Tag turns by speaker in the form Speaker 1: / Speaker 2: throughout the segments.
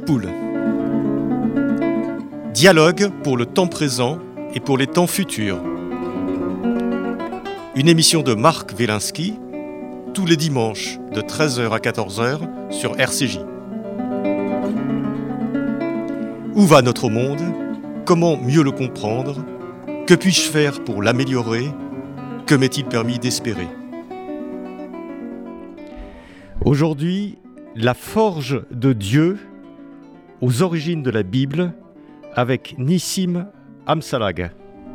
Speaker 1: Poule. Dialogue pour le temps présent et pour les temps futurs. Une émission de Marc Wielinski, tous les dimanches de 13h à 14h sur RCJ. Où va notre monde ? Comment mieux le comprendre ? Que puis-je faire pour l'améliorer ? Que m'est-il permis d'espérer ? Aujourd'hui, la forge de Dieu aux origines de la Bible avec Nissim Amsalag.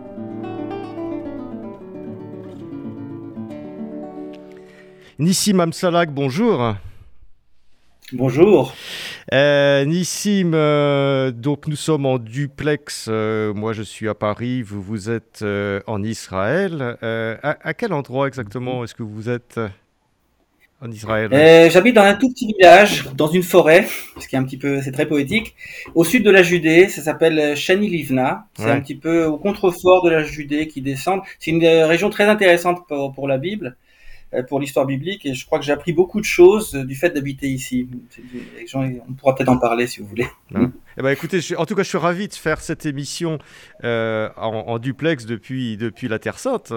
Speaker 1: Nissim Amsalag, bonjour.
Speaker 2: Bonjour.
Speaker 1: Nissim, donc nous sommes en duplex. Moi, je suis à Paris. Vous êtes en Israël. À quel endroit exactement est-ce que vous êtes en Israël?
Speaker 2: J'habite dans un tout petit village, dans une forêt, ce qui est un petit peu, c'est très poétique, au sud de la Judée. Ça s'appelle Shani Livna. C'est un petit peu au contrefort de la Judée qui descend. C'est une région très intéressante pour la Bible, pour l'histoire biblique, et je crois que j'ai appris beaucoup de choses du fait d'habiter ici. On pourra peut-être en parler si vous voulez.
Speaker 1: Eh ben, écoutez, en tout cas, je suis ravi de faire cette émission en duplex depuis la Terre Sainte,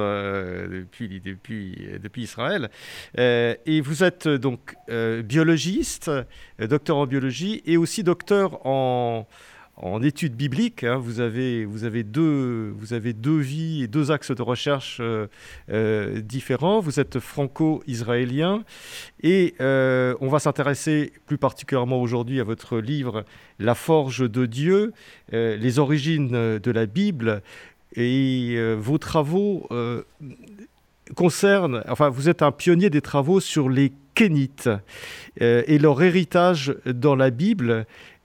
Speaker 1: depuis Israël. Et vous êtes donc biologiste, docteur en biologie et aussi docteur en études bibliques. Hein. Vous avez deux vies et deux axes de recherche différents. Vous êtes franco-israélien et on va s'intéresser plus particulièrement aujourd'hui à votre livre « La forge de Dieu, les origines de la Bible ». Et vos travaux concernent, enfin vous êtes un pionnier des travaux sur les Kénites et leur héritage dans la Bible.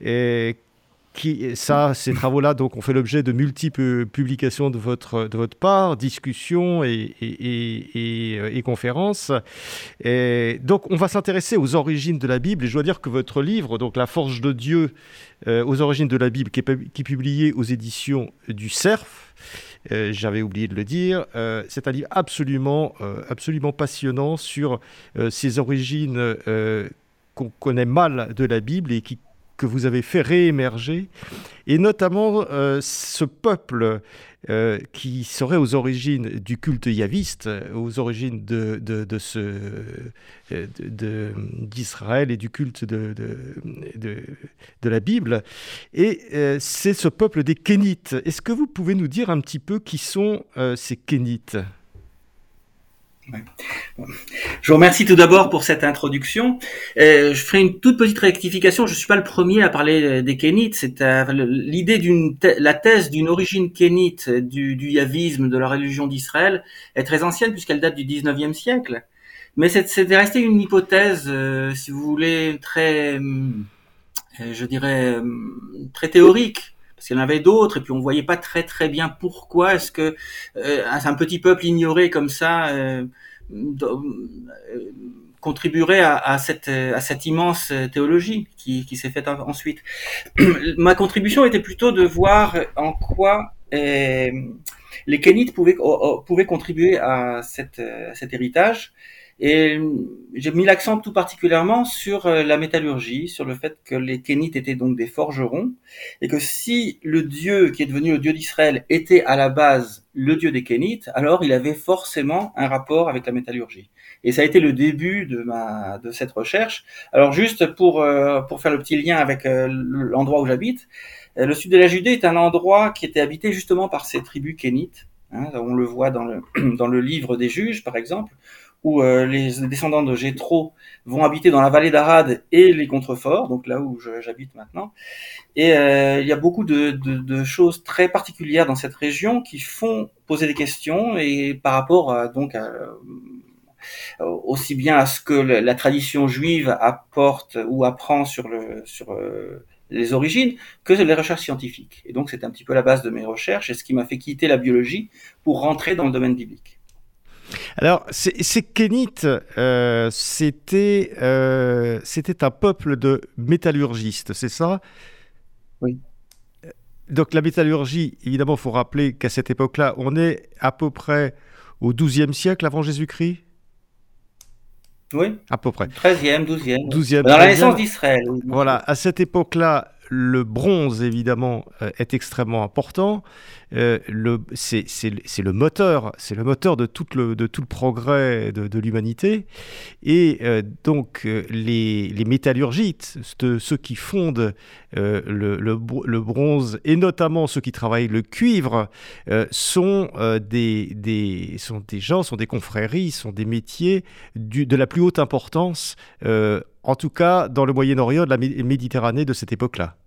Speaker 1: Ces travaux-là donc, ont fait l'objet de multiples publications de votre part, discussions et conférences. Et donc, on va s'intéresser aux origines de la Bible. Et je dois dire que votre livre, donc La forge de Dieu, aux origines de la Bible, qui est publié aux éditions du Cerf, j'avais oublié de le dire, c'est un livre absolument passionnant sur ces origines qu'on connaît mal de la Bible et que vous avez fait réémerger, et notamment ce peuple qui serait aux origines du culte yaviste, aux origines d'Israël et du culte de la Bible, et c'est ce peuple des Kénites. Est-ce que vous pouvez nous dire un petit peu qui sont ces Kénites ?
Speaker 2: Ouais. Je vous remercie tout d'abord pour cette introduction. Je ferai une toute petite rectification. Je suis pas le premier à parler des Kénites. C'est l'idée la thèse d'une origine kénite du yavisme, de la religion d'Israël, est très ancienne puisqu'elle date du 19e siècle. Mais c'était resté une hypothèse, si vous voulez, très, je dirais, très théorique. Parce qu'il y en avait d'autres, et puis on voyait pas très très bien pourquoi est-ce que un petit peuple ignoré comme ça contribuerait à cette immense théologie qui s'est faite ensuite. Ma contribution était plutôt de voir en quoi les Kénites pouvaient contribuer à cet héritage. Et j'ai mis l'accent tout particulièrement sur la métallurgie, sur le fait que les Kénites étaient donc des forgerons, et que si le Dieu qui est devenu le Dieu d'Israël était à la base le Dieu des Kénites, alors il avait forcément un rapport avec la métallurgie. Et ça a été le début de cette recherche. Alors juste pour faire le petit lien avec l'endroit où j'habite, le sud de la Judée est un endroit qui était habité justement par ces tribus Kénites. Hein, on le voit dans le livre des Juges, par exemple, où les descendants de Jéthro vont habiter dans la vallée d'Arad et les contreforts, donc là où j'habite maintenant. Et il y a beaucoup de choses très particulières dans cette région qui font poser des questions, et par rapport aussi bien à ce que la tradition juive apporte ou apprend sur les origines, que les recherches scientifiques. Et donc c'est un petit peu la base de mes recherches, et ce qui m'a fait quitter la biologie pour rentrer dans le domaine biblique.
Speaker 1: Alors, ces Kénites, c'était un peuple de métallurgistes, c'est ça ?
Speaker 2: Oui.
Speaker 1: Donc la métallurgie, évidemment, il faut rappeler qu'à cette époque-là, on est à peu près au XIIe siècle avant Jésus-Christ ?
Speaker 2: Oui,
Speaker 1: à peu près.
Speaker 2: 13e, 12e.
Speaker 1: 12e,
Speaker 2: Dans la naissance d'Israël. Oui.
Speaker 1: Voilà, à cette époque-là, le bronze, évidemment, est extrêmement important. C'est le moteur, de tout le progrès de l'humanité. Et donc, les métallurgites, ceux qui fondent le bronze, et notamment ceux qui travaillent le cuivre, sont des gens, sont des confréries, sont des métiers de la plus haute importance, en tout cas dans le Moyen-Orient, de la Méditerranée de cette époque-là.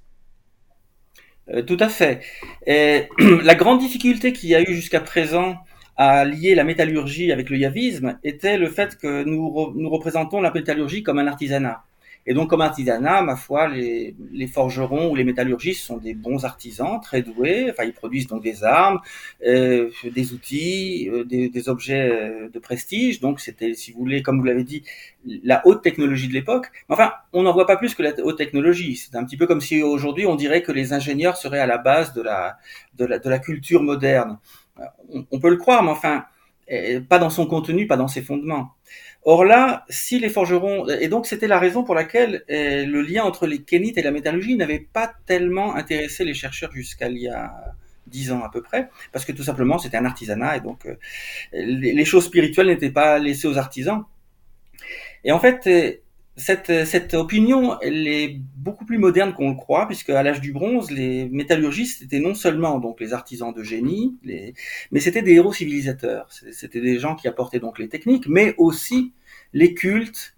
Speaker 2: Tout à fait. Et la grande difficulté qu'il y a eu jusqu'à présent à lier la métallurgie avec le yavisme était le fait que nous représentons la métallurgie comme un artisanat. Et donc, comme artisanat, ma foi, les forgerons ou les métallurgistes sont des bons artisans, très doués. Enfin, ils produisent donc des armes, des outils, des objets de prestige. Donc, c'était, si vous voulez, comme vous l'avez dit, la haute technologie de l'époque. Mais enfin, on n'en voit pas plus que la haute technologie. C'est un petit peu comme si aujourd'hui on dirait que les ingénieurs seraient à la base de la culture moderne. On peut le croire, mais enfin, pas dans son contenu, pas dans ses fondements. Or là, si les forgerons, et donc c'était la raison pour laquelle le lien entre les kénites et la métallurgie n'avait pas tellement intéressé les chercheurs jusqu'à il y a 10 ans à peu près, parce que tout simplement c'était un artisanat et donc les choses spirituelles n'étaient pas laissées aux artisans. Et en fait, cette opinion, elle est beaucoup plus moderne qu'on le croit, puisque à l'âge du bronze, les métallurgistes étaient non seulement donc les artisans de génie, mais c'était des héros civilisateurs. C'était des gens qui apportaient donc les techniques, mais aussi les cultes,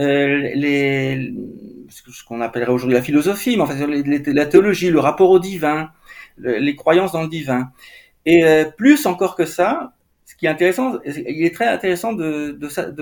Speaker 2: ce qu'on appellerait aujourd'hui la philosophie, mais en fait la théologie, le rapport au divin, les croyances dans le divin. Et plus encore que ça, ce qui est intéressant, il est très intéressant de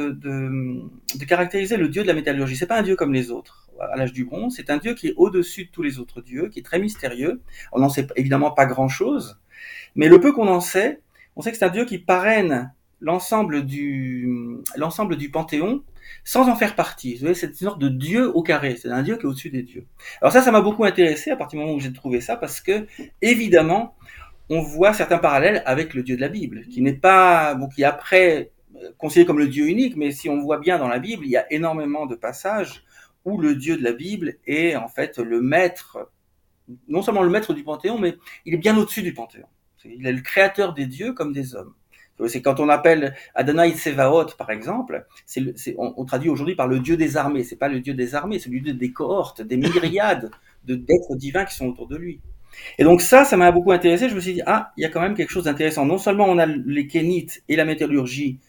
Speaker 2: caractériser le dieu de la métallurgie. C'est pas un dieu comme les autres. À l'âge du bronze, c'est un dieu qui est au-dessus de tous les autres dieux, qui est très mystérieux. On n'en sait évidemment pas grand-chose, mais le peu qu'on en sait, on sait que c'est un dieu qui parraine l'ensemble du panthéon sans en faire partie. Vous voyez, c'est une sorte de dieu au carré. C'est un dieu qui est au-dessus des dieux. Alors ça m'a beaucoup intéressé à partir du moment où j'ai trouvé ça, parce que évidemment, on voit certains parallèles avec le Dieu de la Bible, qui n'est pas, bon, qui est après considéré comme le Dieu unique, mais si on voit bien dans la Bible, il y a énormément de passages où le Dieu de la Bible est en fait le maître, non seulement le maître du Panthéon, mais il est bien au-dessus du Panthéon. Il est le créateur des dieux comme des hommes. C'est quand on appelle Adonai Tsevaot, par exemple, on traduit aujourd'hui par le Dieu des armées. C'est pas le Dieu des armées, c'est le Dieu des cohortes, des myriades d'êtres divins qui sont autour de lui. Et donc ça m'a beaucoup intéressé. Je me suis dit, il y a quand même quelque chose d'intéressant. Non seulement on a les kénites et la métallurgie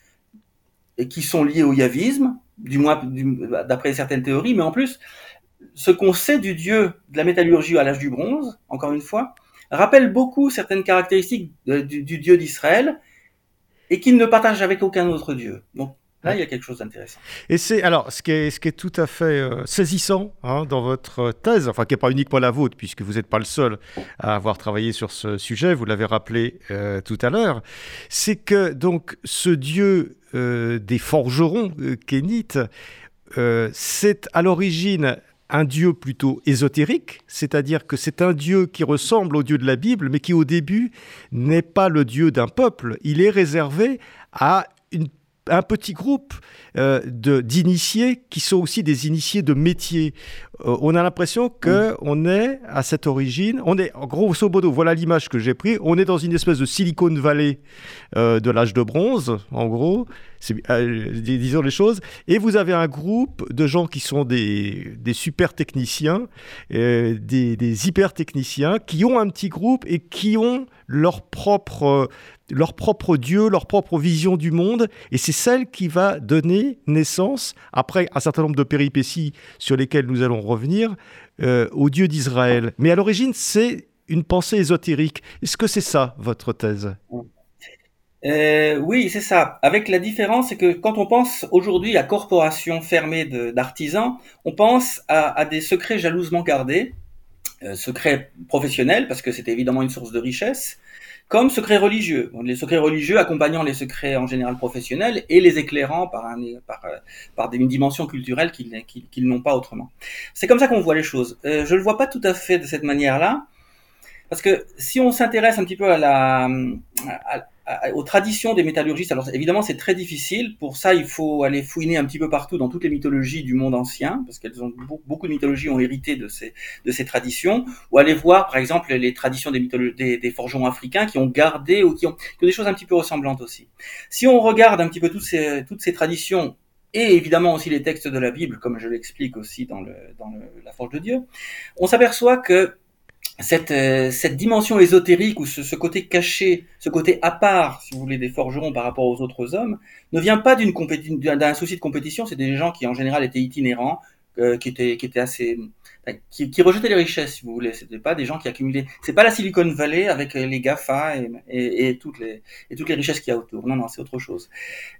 Speaker 2: qui sont liés au yavisme, du moins d'après certaines théories, mais en plus, ce qu'on sait du dieu de la métallurgie à l'âge du bronze, encore une fois, rappelle beaucoup certaines caractéristiques du dieu d'Israël et qu'il ne partage avec aucun autre dieu. Donc là, il y a quelque chose d'intéressant.
Speaker 1: Et c'est alors ce qui est tout à fait saisissant dans votre thèse, enfin qui n'est pas uniquement la vôtre, puisque vous n'êtes pas le seul à avoir travaillé sur ce sujet, vous l'avez rappelé tout à l'heure, c'est que donc ce dieu des forgerons kénites, c'est à l'origine un dieu plutôt ésotérique, c'est-à-dire que c'est un dieu qui ressemble au dieu de la Bible, mais qui au début n'est pas le dieu d'un peuple. Il est réservé à un petit groupe d'initiés qui sont aussi des initiés de métier. On a l'impression qu'on est à cette origine, on est, grosso modo, voilà l'image que j'ai prise, on est dans une espèce de Silicon Valley de l'âge de bronze, en gros, disons les choses, et vous avez un groupe de gens qui sont des super techniciens, des hyper techniciens, qui ont un petit groupe et qui ont leur propre Dieu, leur propre vision du monde, et c'est celle qui va donner naissance, après un certain nombre de péripéties sur lesquelles nous allons revenir, au Dieu d'Israël. Mais à l'origine, c'est une pensée ésotérique. Est-ce que c'est ça, votre thèse ?
Speaker 2: Oui, c'est ça. Avec la différence, c'est que quand on pense aujourd'hui à corporations fermées d'artisans, on pense à des secrets jalousement gardés, secrets professionnels, parce que c'est évidemment une source de richesse, comme secrets religieux. Les secrets religieux accompagnant les secrets en général professionnels et les éclairant par une dimension culturelle qu'ils n'ont pas autrement. C'est comme ça qu'on voit les choses. Je le vois pas tout à fait de cette manière-là, parce que si on s'intéresse un petit peu à aux traditions des métallurgistes. Alors évidemment, c'est très difficile. Pour ça, il faut aller fouiner un petit peu partout dans toutes les mythologies du monde ancien, parce qu'elles ont beaucoup de mythologies ont hérité de ces traditions. Ou aller voir, par exemple, les traditions des forgerons africains qui ont gardé ou qui ont des choses un petit peu ressemblantes aussi. Si on regarde un petit peu toutes ces traditions, et évidemment aussi les textes de la Bible, comme je l'explique aussi dans la Forge de Dieu, on s'aperçoit que cette dimension ésotérique ou ce côté caché, ce côté à part, si vous voulez, des forgerons par rapport aux autres hommes, ne vient pas d'un souci de compétition. C'est des gens qui en général étaient itinérants, qui étaient assez, qui rejetaient les richesses, si vous voulez. C'était pas des gens qui accumulaient. C'est pas la Silicon Valley avec les Gafa et toutes les richesses qu'il y a autour. Non, c'est autre chose.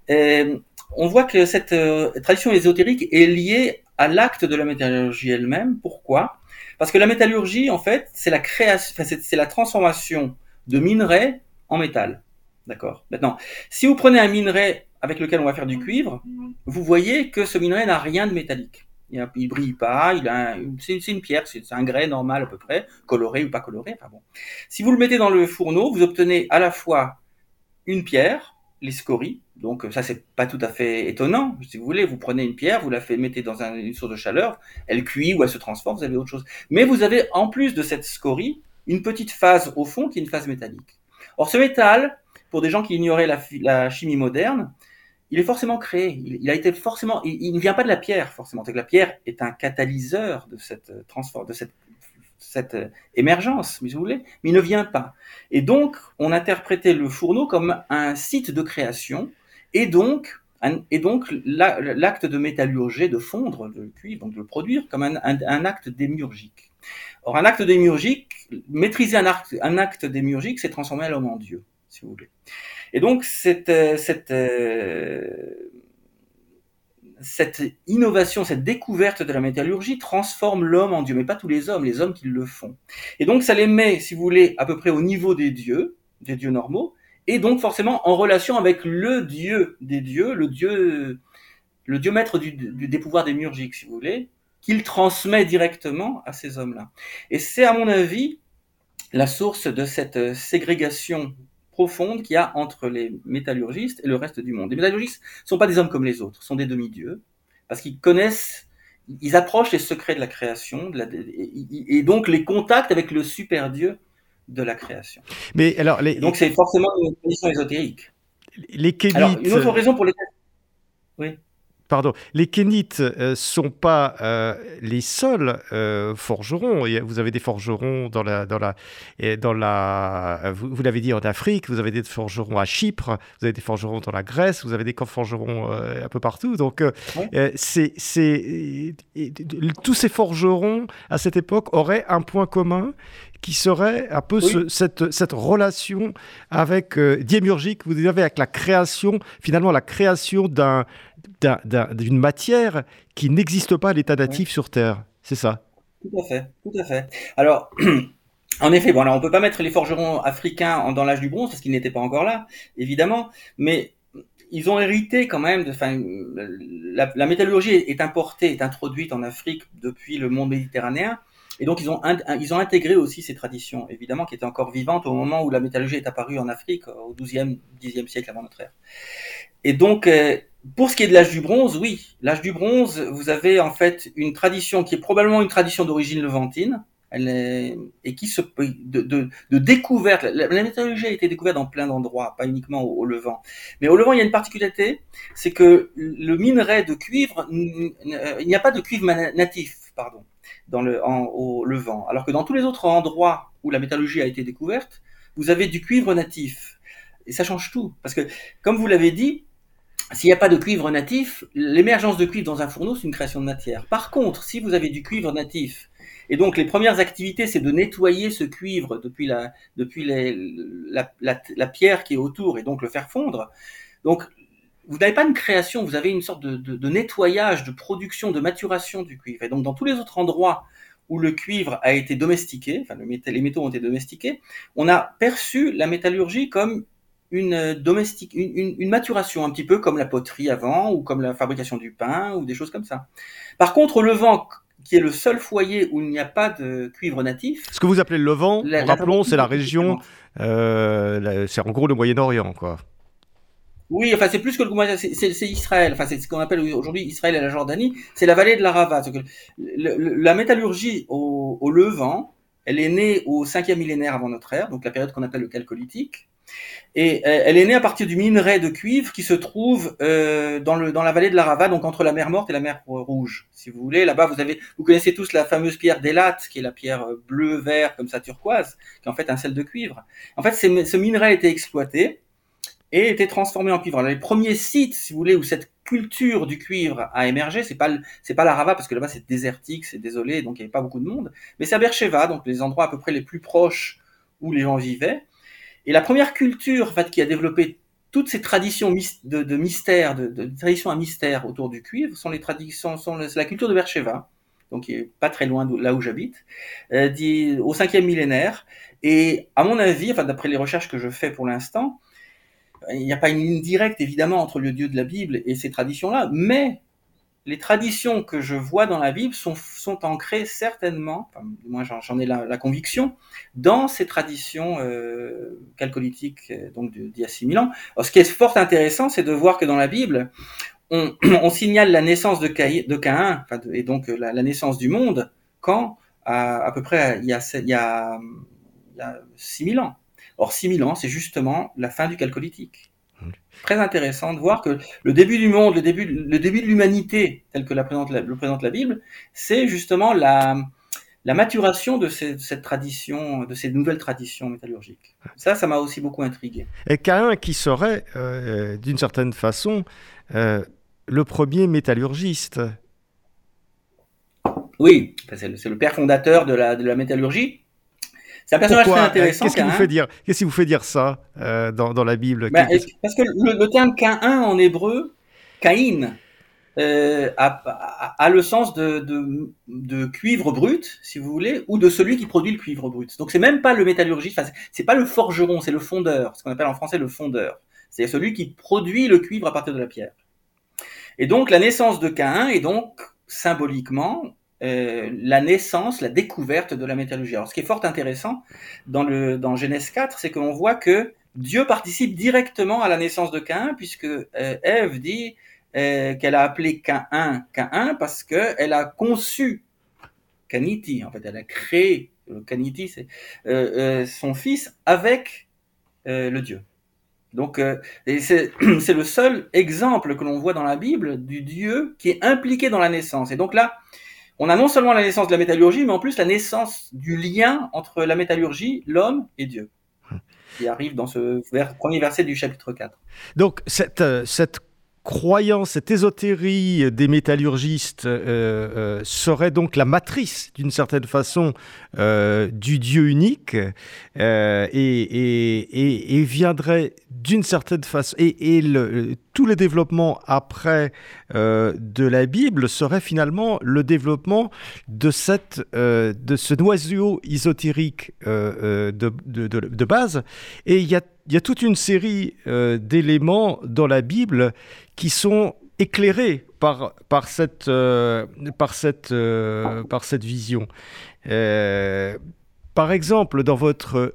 Speaker 2: On voit que cette tradition ésotérique est liée à l'acte de la métallurgie elle-même. Pourquoi ? Parce que la métallurgie, en fait, c'est la création, c'est la transformation de minerais en métal. D'accord ? Maintenant, si vous prenez un minerai avec lequel on va faire du cuivre, vous voyez que ce minerai n'a rien de métallique. Il brille pas, c'est une pierre, c'est un grès normal à peu près, coloré ou pas coloré. Enfin bon. Si vous le mettez dans le fourneau, vous obtenez à la fois une pierre, les scories. Donc ça, c'est pas tout à fait étonnant. Si vous voulez, vous prenez une pierre, vous la mettez dans une source de chaleur, elle cuit ou elle se transforme, vous avez autre chose. Mais vous avez, en plus de cette scorie, une petite phase au fond qui est une phase métallique. Or, ce métal, pour des gens qui ignoraient la chimie moderne, il est forcément créé. Il a été forcément. Il ne vient pas de la pierre, forcément. C'est que la pierre est un catalyseur de cette émergence, si vous voulez, mais il ne vient pas. Et donc, on interprétait le fourneau comme un site de création, et donc l'acte de métallurger, de fondre le cuivre, donc de le produire, comme un acte démiurgique. Or, un acte démiurgique, maîtriser un acte démiurgique, c'est transformer l'homme en Dieu, si vous voulez. Et donc, cette innovation, cette découverte de la métallurgie transforme l'homme en Dieu, mais pas tous les hommes qui le font. Et donc ça les met, si vous voulez, à peu près au niveau des dieux normaux, et donc forcément en relation avec le Dieu des dieux, le Dieu maître des pouvoirs démiurgiques, si vous voulez, qu'il transmet directement à ces hommes-là. Et c'est, à mon avis, la source de cette ségrégation profonde qu'il y a entre les métallurgistes et le reste du monde. Les métallurgistes ne sont pas des hommes comme les autres, sont des demi-dieux, parce qu'ils connaissent, ils approchent les secrets de la création, et donc les contacts avec le super Dieu de la création.
Speaker 1: Mais alors,
Speaker 2: donc c'est forcément une tradition ésotérique.
Speaker 1: Les kénites...
Speaker 2: Alors, une autre raison pour lesquelles... Oui.
Speaker 1: Pardon, les kénites sont pas les seuls forgerons. Vous avez des forgerons vous l'avez dit, en Afrique, vous avez des forgerons à Chypre, vous avez des forgerons dans la Grèce, vous avez des forgerons un peu partout. Donc, tous ces forgerons à cette époque auraient un point commun qui serait un peu cette relation avec démiurgique, vous avez avec la création, finalement la création d'une matière qui n'existe pas à l'état natif sur Terre. C'est ça.
Speaker 2: Tout à fait. Alors, en effet, bon, alors on peut pas mettre les forgerons africains dans l'âge du bronze parce qu'ils n'étaient pas encore là, évidemment, mais ils ont hérité quand même la métallurgie est importée, est introduite en Afrique depuis le monde méditerranéen. Et donc, ils ont intégré aussi ces traditions, évidemment, qui étaient encore vivantes au moment où la métallurgie est apparue en Afrique, au XIIe, Xe siècle avant notre ère. Et donc, pour ce qui est de l'âge du bronze, oui, l'âge du bronze, vous avez en fait une tradition qui est probablement une tradition d'origine levantine, et qui de découverte. La métallurgie a été découverte dans plein d'endroits, pas uniquement au Levant. Mais au Levant, il y a une particularité, c'est que le minerai de cuivre, il n'y a pas de cuivre natif, pardon, au Levant. Alors que dans tous les autres endroits où la métallurgie a été découverte, vous avez du cuivre natif. Et ça change tout. Parce que, comme vous l'avez dit, s'il n'y a pas de cuivre natif, l'émergence de cuivre dans un fourneau, c'est une création de matière. Par contre, si vous avez du cuivre natif, et donc les premières activités, c'est de nettoyer ce cuivre depuis la pierre qui est autour, et donc le faire fondre. Donc, vous n'avez pas une création, vous avez une sorte de nettoyage, de production, de maturation du cuivre. Et donc, dans tous les autres endroits où le cuivre a été domestiqué, enfin les métaux ont été domestiqués, on a perçu la métallurgie comme une maturation, un petit peu comme la poterie avant, ou comme la fabrication du pain, ou des choses comme ça. Par contre, au Levant, qui est le seul foyer où il n'y a pas de cuivre natif.
Speaker 1: Ce que vous appelez le Levant, rappelons, c'est la région, c'est en gros le Moyen-Orient, quoi.
Speaker 2: Oui, enfin c'est plus que le Moyen, c'est Israël. Enfin c'est ce qu'on appelle aujourd'hui Israël et la Jordanie. C'est la vallée de l'Arava. La métallurgie au Levant, elle est née au 5e millénaire avant notre ère, donc la période qu'on appelle le Chalcolithique. Et elle est née à partir du minerai de cuivre qui se trouve dans la vallée de l'Arava, donc entre la mer Morte et la mer Rouge, si vous voulez. Là-bas, vous connaissez tous la fameuse pierre d'Elat, qui est la pierre bleu-vert comme ça turquoise, qui est en fait un sel de cuivre. En fait, ce minerai a été exploité et été transformé en cuivre. Alors, les premiers sites, si vous voulez, où cette culture du cuivre a émergé, c'est pas l'Arava, parce que là-bas c'est désertique, c'est désolé, donc il n'y avait pas beaucoup de monde, mais c'est à Beersheva, donc les endroits à peu près les plus proches où les gens vivaient. Et la première culture, en fait, qui a développé toutes ces traditions de mystère, de traditions à mystère autour du cuivre, c'est la culture de Beersheva, donc qui est pas très loin de là où j'habite, au 5e millénaire. Et à mon avis, enfin d'après les recherches que je fais pour l'instant, il n'y a pas une ligne directe évidemment entre le Dieu de la Bible et ces traditions-là, mais les traditions que je vois dans la Bible sont ancrées certainement, enfin, moi j'en ai la conviction, dans ces traditions chalcolithiques donc d'il y a 6000 ans. Alors, ce qui est fort intéressant, c'est de voir que dans la Bible, on signale la naissance de Caïn, et donc la naissance du monde, quand à peu près il y a 6000 ans. Or 6000 ans, c'est justement la fin du Chalcolithique. Très intéressant de voir que le début du monde, le début de l'humanité, tel que le présente la Bible, c'est justement la maturation de cette tradition, de ces nouvelles traditions métallurgiques. Ça m'a aussi beaucoup intrigué.
Speaker 1: Et Caïn qui serait, d'une certaine façon, le premier métallurgiste.
Speaker 2: Oui, c'est le père fondateur de la métallurgie. C'est un personnage très intéressant.
Speaker 1: Qu'est-ce qui vous fait dire ça dans la Bible?
Speaker 2: Parce que le terme Caïn en hébreu, Caïn, a le sens de cuivre brut, si vous voulez, ou de celui qui produit le cuivre brut. Donc c'est même pas le métallurgiste, c'est pas le forgeron, c'est le fondeur, ce qu'on appelle en français le fondeur. C'est celui qui produit le cuivre à partir de la pierre. Et donc la naissance de Caïn est donc symboliquement la naissance, la découverte de la métallurgie. Alors ce qui est fort intéressant dans Genèse 4, c'est qu'on voit que Dieu participe directement à la naissance de Caïn, puisque Ève dit qu'elle a appelé Caïn parce qu'elle a conçu Caniti, en fait elle a créé Caniti, c'est son fils avec le Dieu. Donc c'est le seul exemple que l'on voit dans la Bible du Dieu qui est impliqué dans la naissance. Et donc là, on a non seulement la naissance de la métallurgie, mais en plus la naissance du lien entre la métallurgie, l'homme et Dieu, qui arrive dans ce premier verset du chapitre 4.
Speaker 1: Donc cette croyance, cette ésotérie des métallurgistes serait donc la matrice, d'une certaine façon, du Dieu unique et viendrait d'une certaine façon... tous les développements après de la Bible serait finalement le développement de ce noyau ésotérique de base. Et il y a toute une série d'éléments dans la Bible qui sont éclairés par cette vision. Par exemple, dans votre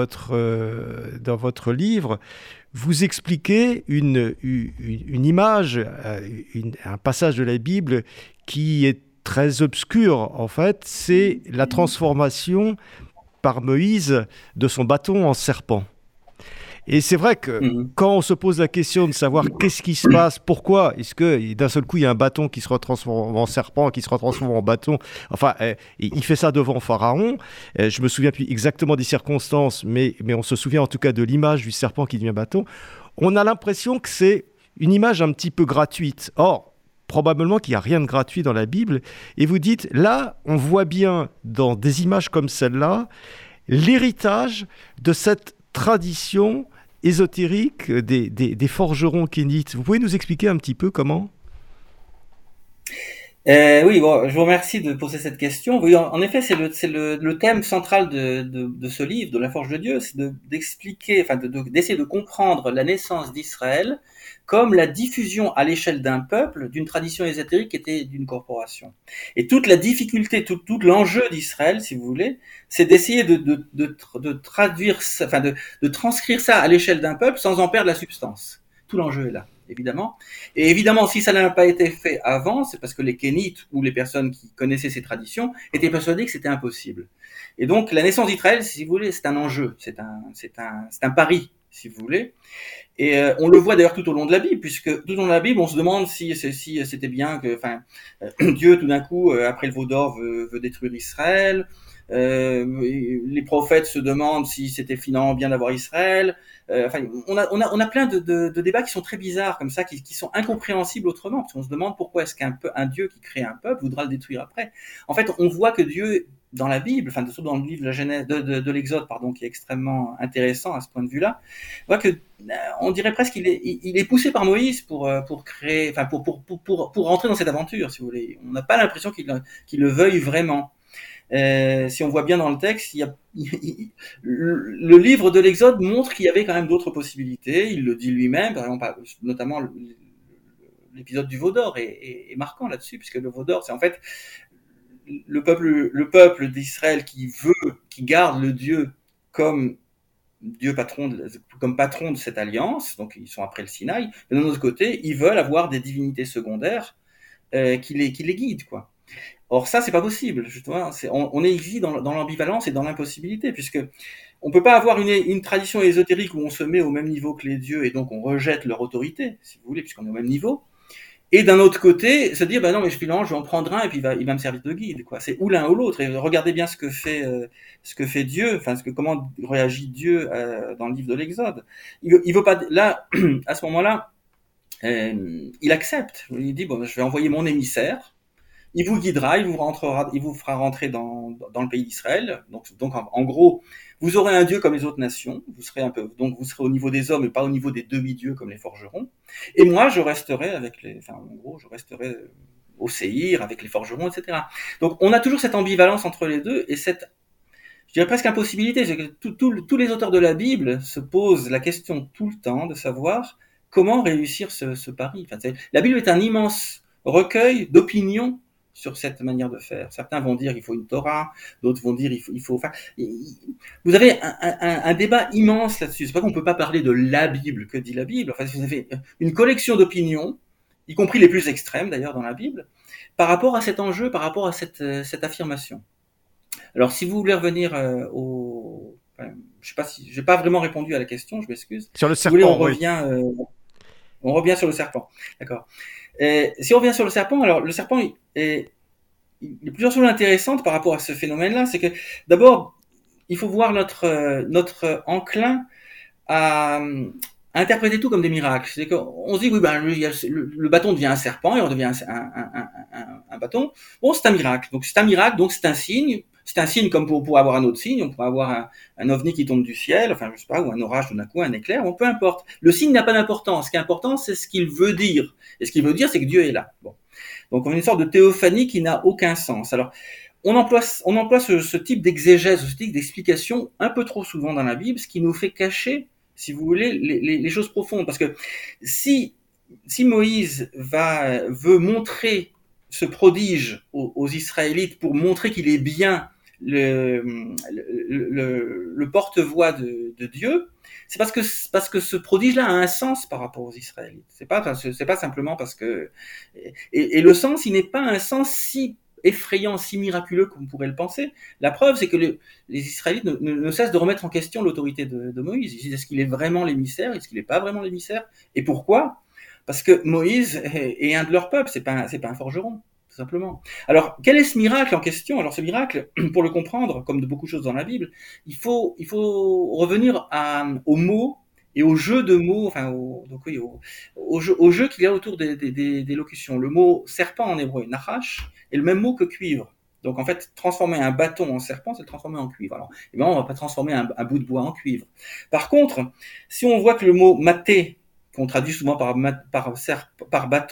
Speaker 1: livre, vous expliquez une image, un passage de la Bible qui est très obscur, en fait, c'est la transformation par Moïse de son bâton en serpent. Et c'est vrai que quand on se pose la question de savoir qu'est-ce qui se passe, pourquoi est-ce que d'un seul coup il y a un bâton qui se transforme en serpent, qui se transforme en bâton, enfin il fait ça devant Pharaon, je me souviens plus exactement des circonstances, mais on se souvient en tout cas de l'image du serpent qui devient bâton, on a l'impression que c'est une image un petit peu gratuite. Or, probablement qu'il n'y a rien de gratuit dans la Bible, et vous dites, là on voit bien dans des images comme celle-là, l'héritage de cette tradition ésotérique des forgerons kénites. Vous pouvez nous expliquer un petit peu comment ?
Speaker 2: Oui, bon, je vous remercie de poser cette question. Oui, en effet, le thème central de ce livre, de La Forge de Dieu, c'est d'expliquer, enfin, d'essayer de comprendre la naissance d'Israël comme la diffusion à l'échelle d'un peuple d'une tradition ésotérique qui était d'une corporation. Et toute la difficulté, tout l'enjeu d'Israël, si vous voulez, c'est d'essayer de traduire, enfin, de transcrire ça à l'échelle d'un peuple sans en perdre la substance. Tout l'enjeu est là, évidemment. Et évidemment, si ça n'a pas été fait avant, c'est parce que les Kénites ou les personnes qui connaissaient ces traditions étaient persuadées que c'était impossible. Et donc, la naissance d'Israël, si vous voulez, c'est un enjeu, c'est un pari, si vous voulez. Et on le voit d'ailleurs tout au long de la Bible, puisque tout au long de la Bible, on se demande si c'était bien que, enfin, Dieu tout d'un coup, après le veau d'or, veut détruire Israël. Les prophètes se demandent si c'était finalement bien d'avoir Israël. Enfin, on a plein de débats qui sont très bizarres comme ça, qui sont incompréhensibles autrement, parce qu'on se demande pourquoi est-ce qu'un Dieu qui crée un peuple voudra le détruire après. En fait, on voit que Dieu dans la Bible, enfin surtout dans le livre de la Genèse, de l'Exode, pardon, qui est extrêmement intéressant à ce point de vue-là, on voit que on dirait presque qu'il est poussé par Moïse pour créer, enfin pour rentrer dans cette aventure, si vous voulez. On n'a pas l'impression qu'il le veuille vraiment. Si on voit bien dans le texte, le livre de l'Exode montre qu'il y avait quand même d'autres possibilités. Il le dit lui-même, par exemple, notamment l'épisode du veau d'or est marquant là-dessus, puisque le veau d'or, c'est en fait le peuple d'Israël qui garde le Dieu comme Dieu comme patron de cette alliance, donc ils sont après le Sinaï, mais d'un autre côté, ils veulent avoir des divinités secondaires qui les guident, quoi. Or ça, c'est pas possible. Justement, on est ici dans l'ambivalence et dans l'impossibilité, puisque on peut pas avoir une tradition ésotérique où on se met au même niveau que les dieux et donc on rejette leur autorité, si vous voulez, puisqu'on est au même niveau. Et d'un autre côté, se dire, ben non, mais finalement, je vais en prendre un et puis il va me servir de guide, quoi. C'est ou l'un ou l'autre. Et regardez bien ce que fait Dieu, enfin, comment réagit Dieu dans le livre de l'Exode. Il veut pas, là, à ce moment-là, il accepte. Il dit, bon, je vais envoyer mon émissaire. Il vous guidera, il vous fera rentrer dans le pays d'Israël. Donc en gros, vous aurez un Dieu comme les autres nations. Donc vous serez au niveau des hommes et pas au niveau des demi-dieux comme les forgerons. Et moi, je resterai en gros, je resterai au Séhir avec les forgerons, etc. Donc on a toujours cette ambivalence entre les deux et je dirais presque impossibilité. C'est que tous les auteurs de la Bible se posent la question tout le temps de savoir comment réussir ce pari. Enfin, la Bible est un immense recueil d'opinions sur cette manière de faire. Certains vont dire qu'il faut une Torah, d'autres vont dire il faut. Enfin, vous avez un débat immense là-dessus. C'est pas qu'on peut pas parler de la Bible, que dit la Bible. Enfin, vous avez une collection d'opinions, y compris les plus extrêmes d'ailleurs dans la Bible, par rapport à cet enjeu, par rapport à cette affirmation. Alors, si vous voulez revenir enfin, je sais pas si j'ai pas vraiment répondu à la question, je m'excuse.
Speaker 1: Sur le
Speaker 2: Si vous voulez,
Speaker 1: serpent, oui.
Speaker 2: On revient sur le serpent. D'accord. Si on revient sur le serpent, alors le serpent, il y a plusieurs choses intéressantes par rapport à ce phénomène-là. C'est que d'abord, il faut voir notre enclin à interpréter tout comme des miracles. C'est qu'on se dit, oui, ben, le bâton devient un serpent et on devient un bâton. Bon, c'est un miracle. Donc c'est un miracle, donc c'est un signe. C'est un signe comme pour avoir un autre signe. On pourrait avoir un ovni qui tombe du ciel, enfin, je sais pas, ou un orage tout d'un coup, un éclair, bon, peu importe. Le signe n'a pas d'importance. Ce qui est important, c'est ce qu'il veut dire. Et ce qu'il veut dire, c'est que Dieu est là. Bon. Donc on a une sorte de théophanie qui n'a aucun sens. Alors, on emploie ce type d'exégèse, ce type d'explication un peu trop souvent dans la Bible, ce qui nous fait cacher, si vous voulez, les choses profondes. Parce que si Moïse veut montrer ce prodige aux Israélites pour montrer qu'il est bien le porte-voix de Dieu, c'est parce que ce prodige-là a un sens par rapport aux Israélites. C'est pas simplement parce que et le sens, il n'est pas un sens si effrayant, si miraculeux qu'on pourrait le penser. La preuve, c'est que les Israélites ne cessent de remettre en question l'autorité de Moïse. Ils disent, est-ce qu'il est vraiment l'émissaire? Est-ce qu'il n'est pas vraiment l'émissaire? Et pourquoi? Parce que Moïse est un de leur peuple, c'est pas un forgeron, tout simplement. Alors, quel est ce miracle en question? Alors, ce miracle, pour le comprendre, comme de beaucoup de choses dans la Bible, il faut revenir aux mots et au jeu de mots, enfin, au jeu qu'il y a autour des locutions. Le mot serpent en hébreu, nachash, est le même mot que cuivre. Donc, en fait, transformer un bâton en serpent, c'est le transformer en cuivre. Alors, évidemment, on ne va pas transformer un bout de bois en cuivre. Par contre, si on voit que le mot maté, qu'on traduit souvent par bâton,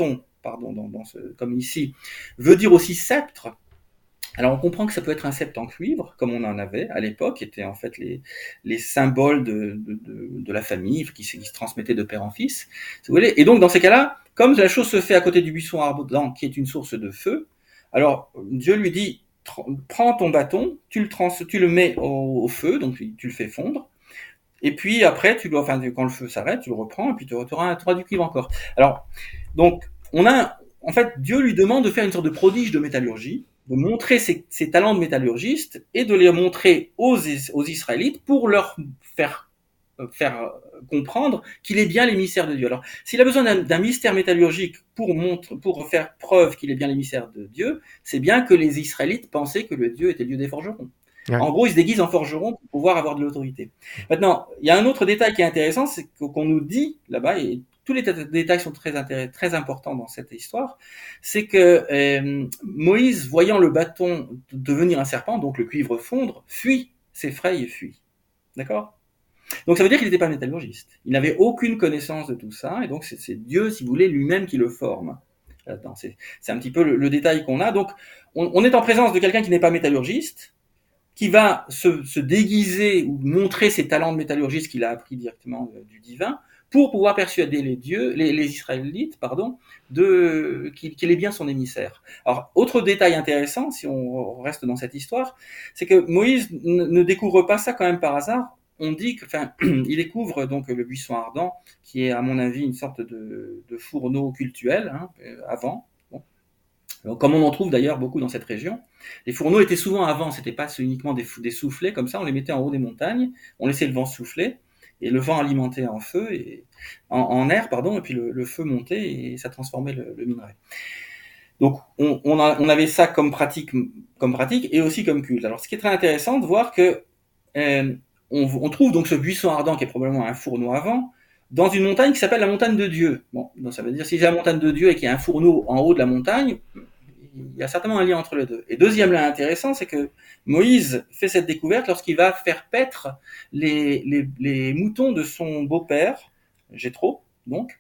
Speaker 2: pardon, comme ici, veut dire aussi sceptre. Alors on comprend que ça peut être un sceptre en cuivre, comme on en avait à l'époque, qui étaient en fait les symboles de la famille, qui se transmettaient de père en fils, si vous voulez. Et donc dans ces cas-là, comme la chose se fait à côté du buisson ardent, qui est une source de feu, alors Dieu lui dit, prends ton bâton, tu le mets au feu, donc tu le fais fondre, et puis après, quand le feu s'arrête, tu le reprends, et puis tu auras du cuivre encore. Alors, donc, en fait, Dieu lui demande de faire une sorte de prodige de métallurgie, de montrer ses talents de métallurgiste et de les montrer aux Israélites pour leur faire comprendre qu'il est bien l'émissaire de Dieu. Alors, s'il a besoin d'un mystère métallurgique pour faire preuve qu'il est bien l'émissaire de Dieu, c'est bien que les Israélites pensaient que le Dieu était le Dieu des forgerons. Ouais. En gros, il se déguise en forgeron pour pouvoir avoir de l'autorité. Maintenant, il y a un autre détail qui est intéressant, c'est qu'on nous dit là-bas, et tous les détails sont très importants dans cette histoire, c'est que Moïse, voyant le bâton devenir un serpent, donc le cuivre fondre, fuit, s'effraie et fuit. D'accord ? Donc ça veut dire qu'il n'était pas métallurgiste. Il n'avait aucune connaissance de tout ça, et donc c'est Dieu, si vous voulez, lui-même qui le forme. Attends, c'est un petit peu le détail qu'on a. Donc on est en présence de quelqu'un qui n'est pas métallurgiste, qui va se déguiser ou montrer ses talents de métallurgiste qu'il a appris directement du divin, pour pouvoir persuader les Israélites, qu'il est bien son émissaire. Alors, autre détail intéressant, si on reste dans cette histoire, c'est que Moïse ne découvre pas ça quand même par hasard. On dit il découvre donc le buisson ardent, qui est à mon avis une sorte de fourneau cultuel, avant. Bon. Alors, comme on en trouve d'ailleurs beaucoup dans cette région, les fourneaux étaient souvent avant, c'était pas uniquement des soufflets comme ça, on les mettait en haut des montagnes, on laissait le vent souffler, et le vent alimentait en air, et puis le feu montait et ça transformait le minerai. Donc on avait ça comme pratique et aussi comme culte. Alors ce qui est très intéressant de voir que on trouve donc ce buisson ardent qui est probablement un fourneau avant dans une montagne qui s'appelle la montagne de Dieu. Bon, donc ça veut dire si j'ai la montagne de Dieu et qu'il y a un fourneau en haut de la montagne, il y a certainement un lien entre les deux. Et deuxième lien intéressant, c'est que Moïse fait cette découverte lorsqu'il va faire paître les moutons de son beau-père, Jéthro, donc,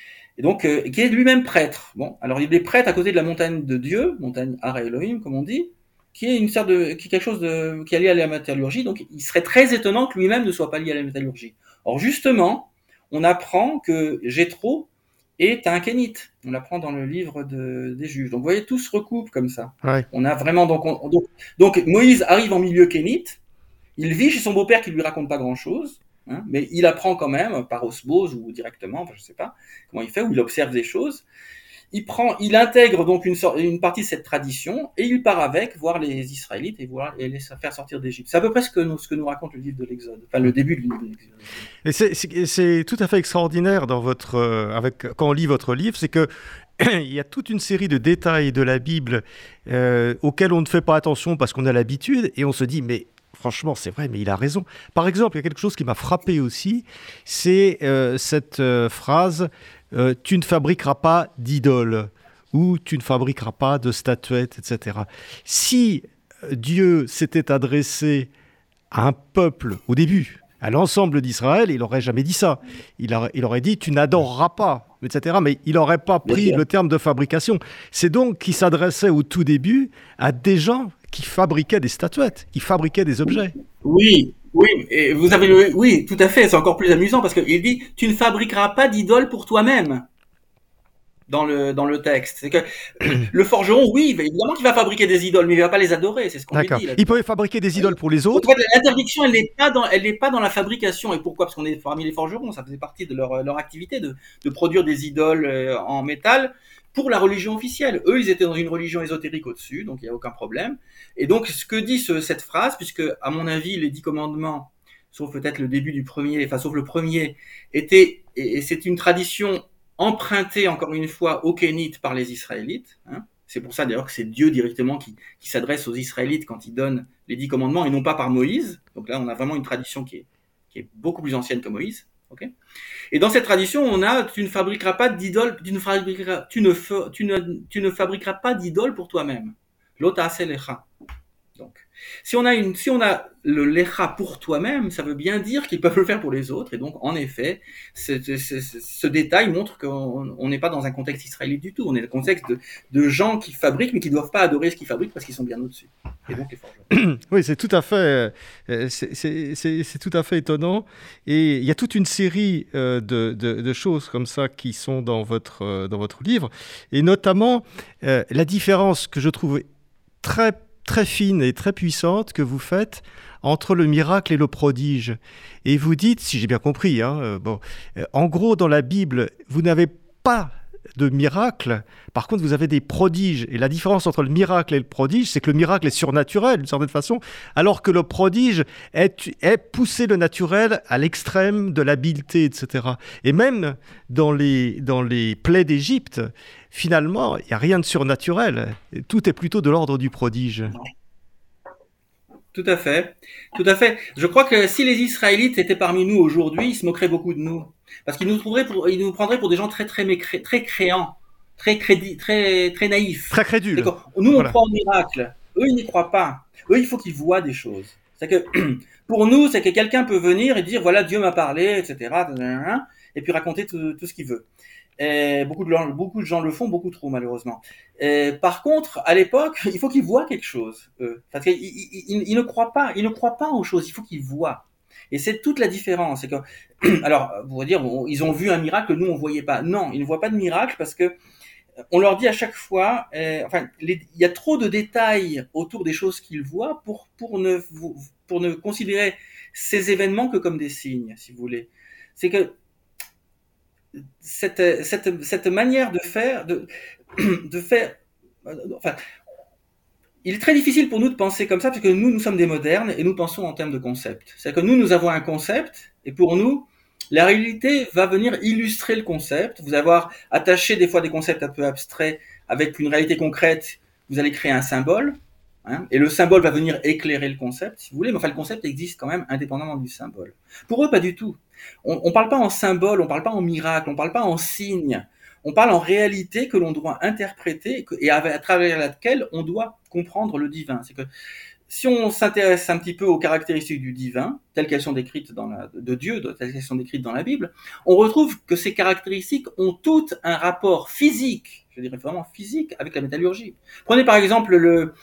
Speaker 2: qui est lui-même prêtre. Bon, alors il est prêtre à côté de la montagne de Dieu, montagne Har Elohim, comme on dit, qui est quelque chose qui est lié à la métallurgie. Donc, il serait très étonnant que lui-même ne soit pas lié à la métallurgie. Or, justement, on apprend que Jéthro est un kénite. On l'apprend dans le livre des Juges. Donc, vous voyez, tout se recoupe comme ça. Ouais. On a vraiment donc Moïse arrive en milieu kénite. Il vit chez son beau-père qui lui raconte pas grand-chose, mais il apprend quand même par osmose ou directement, je sais pas comment il fait, ou il observe des choses. Il intègre donc une partie de cette tradition et il part avec voir les Israélites et les faire sortir d'Égypte. C'est à peu près ce que nous raconte le livre de l'Exode, enfin le début du livre de l'Exode.
Speaker 1: Et c'est tout à fait extraordinaire quand on lit votre livre, c'est que il y a toute une série de détails de la Bible auxquels on ne fait pas attention parce qu'on a l'habitude et on se dit mais franchement, c'est vrai, mais il a raison. Par exemple, il y a quelque chose qui m'a frappé aussi, c'est cette phrase « Tu ne fabriqueras pas d'idole » ou « Tu ne fabriqueras pas de statuettes », etc. Si Dieu s'était adressé à un peuple au début, à l'ensemble d'Israël, il n'aurait jamais dit ça. Il aurait dit « Tu n'adoreras pas », etc. Mais il n'aurait pas pris le terme de fabrication. C'est donc qu'il s'adressait au tout début à des gens qui fabriquaient des statuettes, qui fabriquaient des objets.
Speaker 2: Oui, et oui, tout à fait, c'est encore plus amusant parce qu'il dit « Tu ne fabriqueras pas d'idole pour toi-même ». Dans le texte. C'est que le forgeron, oui, évidemment qu'il va fabriquer des idoles, mais il ne va pas les adorer, c'est ce qu'on lui dit.
Speaker 1: Il peut fabriquer des idoles pour les autres.
Speaker 2: En fait, l'interdiction, elle n'est pas dans la fabrication. Et pourquoi ? Parce qu'on est parmi les forgerons, ça faisait partie de leur activité de produire des idoles en métal pour la religion officielle. Eux, ils étaient dans une religion ésotérique au-dessus, donc il n'y a aucun problème. Et donc, ce que dit cette phrase, puisque, à mon avis, les 10 commandements, sauf peut-être le début du premier, sauf le premier, et c'est une tradition emprunté encore une fois aux Kénites par les Israélites. C'est pour ça d'ailleurs que c'est Dieu directement qui s'adresse aux Israélites quand il donne les 10 commandements et non pas par Moïse. Donc là, on a vraiment une tradition qui est beaucoup plus ancienne que Moïse. Okay, et dans cette tradition, on a tu ne fabriqueras pas d'idole, tu ne fabriqueras pas d'idole pour toi-même. Lo ta'aseh lecha. Donc, si on a le lecha pour toi-même, ça veut bien dire qu'ils peuvent le faire pour les autres. Et donc, en effet, ce détail montre qu'on n'est pas dans un contexte israélite du tout. On est dans un contexte de gens qui fabriquent, mais qui ne doivent pas adorer ce qu'ils fabriquent parce qu'ils sont bien au-dessus. Et donc, les forgerons.
Speaker 1: Oui, c'est tout à fait, c'est tout à fait étonnant. Et il y a toute une série de choses comme ça qui sont dans votre livre. Et notamment, la différence que je trouve très, très fine et très puissante que vous faites entre le miracle et le prodige. Et vous dites, si j'ai bien compris, en gros, dans la Bible, vous n'avez pas de miracle. Par contre, vous avez des prodiges. Et la différence entre le miracle et le prodige, c'est que le miracle est surnaturel, d'une certaine façon, alors que le prodige est pousser le naturel à l'extrême de l'habileté, etc. Et même dans les plaies d'Égypte, finalement, il n'y a rien de surnaturel. Tout est plutôt de l'ordre du prodige.
Speaker 2: Tout à fait, tout à fait. Je crois que si les Israélites étaient parmi nous aujourd'hui, ils se moqueraient beaucoup de nous, parce qu'ils ils nous prendraient pour des gens très créants, très naïfs.
Speaker 1: Très crédule.
Speaker 2: Nous, on croit au miracle. Eux, ils n'y croient pas. Eux, il faut qu'ils voient des choses. C'est que pour nous, c'est que quelqu'un peut venir et dire voilà, Dieu m'a parlé, etc. Et puis raconter tout ce qu'il veut. Et beaucoup de gens le font, beaucoup trop malheureusement. Par contre, à l'époque, il faut qu'ils voient quelque chose, parce qu'ils ne croient pas, aux choses. Il faut qu'ils voient. Et c'est toute la différence. C'est que, alors, vous allez dire, ils ont vu un miracle que nous on voyait pas. Non, ils ne voient pas de miracle parce que on leur dit à chaque fois, il y a trop de détails autour des choses qu'ils voient pour ne considérer ces événements que comme des signes, si vous voulez. C'est que cette manière de faire, il est très difficile pour nous de penser comme ça parce que nous sommes des modernes et nous pensons en termes de concept. C'est-à-dire que nous avons un concept et pour nous, la réalité va venir illustrer le concept. Vous allez avoir attaché des fois des concepts un peu abstraits avec une réalité concrète, vous allez créer un symbole. Et le symbole va venir éclairer le concept, si vous voulez, mais le concept existe quand même indépendamment du symbole. Pour eux, pas du tout. On parle pas en symbole, on parle pas en miracle, on parle pas en signe. On parle en réalité que l'on doit interpréter et à travers laquelle on doit comprendre le divin. C'est que si on s'intéresse un petit peu aux caractéristiques du divin, telles qu'elles sont décrites de Dieu, telles qu'elles sont décrites dans la Bible, on retrouve que ces caractéristiques ont toutes un rapport physique, je dirais vraiment physique, avec la métallurgie. Prenez par exemple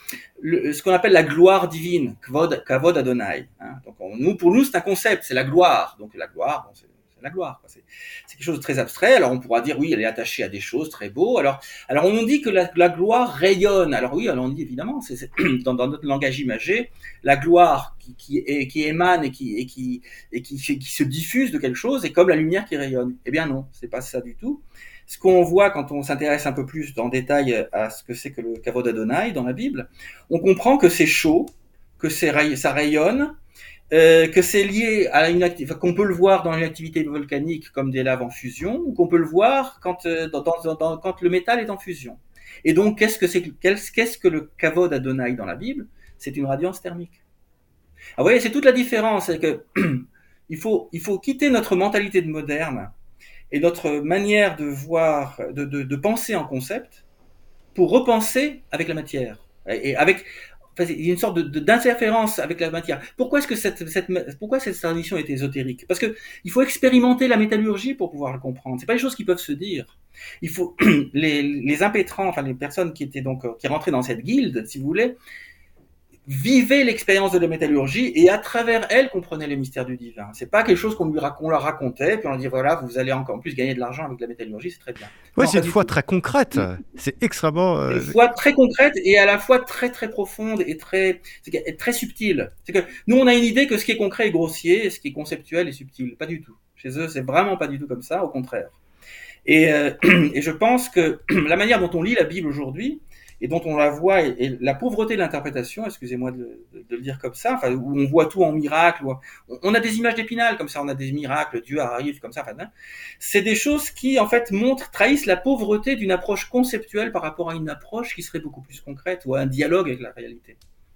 Speaker 2: ce qu'on appelle la gloire divine, Kavod Adonai. Donc pour nous, c'est un concept, c'est la gloire. Donc la gloire, c'est la gloire. C'est quelque chose de très abstrait. Alors on pourra dire, oui, elle est attachée à des choses très beaux. Alors on nous dit que la gloire rayonne. Alors oui, on dit évidemment, c'est dans notre langage imagé, la gloire qui émane et qui se diffuse de quelque chose est comme la lumière qui rayonne. Eh bien non, c'est pas ça du tout. Ce qu'on voit quand on s'intéresse un peu plus en détail à ce que c'est que le Kavod Adonai dans la Bible, on comprend que c'est chaud, que ça rayonne, que c'est lié à qu'on peut le voir dans une activité volcanique comme des laves en fusion, ou qu'on peut le voir quand le métal est en fusion. Et donc, qu'est-ce que le Kavod Adonai dans la Bible? C'est une radiance thermique. Alors, vous voyez, c'est toute la différence, c'est que il faut quitter notre mentalité de moderne et notre manière de voir, de penser en concept pour repenser avec la matière et avec il y a une sorte d'interférence avec la matière. Pourquoi est-ce que pourquoi cette tradition est ésotérique? Parce que il faut expérimenter la métallurgie pour pouvoir le comprendre. C'est pas des choses qui peuvent se dire. Il faut les impétrants, enfin les personnes qui étaient qui rentraient dans cette guilde, si vous voulez, vivaient l'expérience de la métallurgie et à travers elle comprenaient les mystères du divin. C'est pas quelque chose qu'on leur racontait puis on leur dit voilà, vous allez encore en plus gagner de l'argent avec la métallurgie, c'est très bien.
Speaker 1: Oui, c'est une foi très concrète. C'est extrêmement
Speaker 2: une foi très concrète et à la fois très très profonde et très subtile. C'est que nous on a une idée que ce qui est concret est grossier et ce qui est conceptuel est subtil. Pas du tout. Chez eux, c'est vraiment pas du tout comme ça, au contraire. Et je pense que la manière dont on lit la Bible aujourd'hui et dont on la voit, et la pauvreté de l'interprétation, excusez-moi de le dire comme ça, enfin, où on voit tout en miracle, on a des images d'Épinal comme ça, on a des miracles, Dieu arrive comme ça, c'est des choses qui en fait trahissent la pauvreté d'une approche conceptuelle par rapport à une approche qui serait beaucoup plus concrète ou à un dialogue avec la réalité.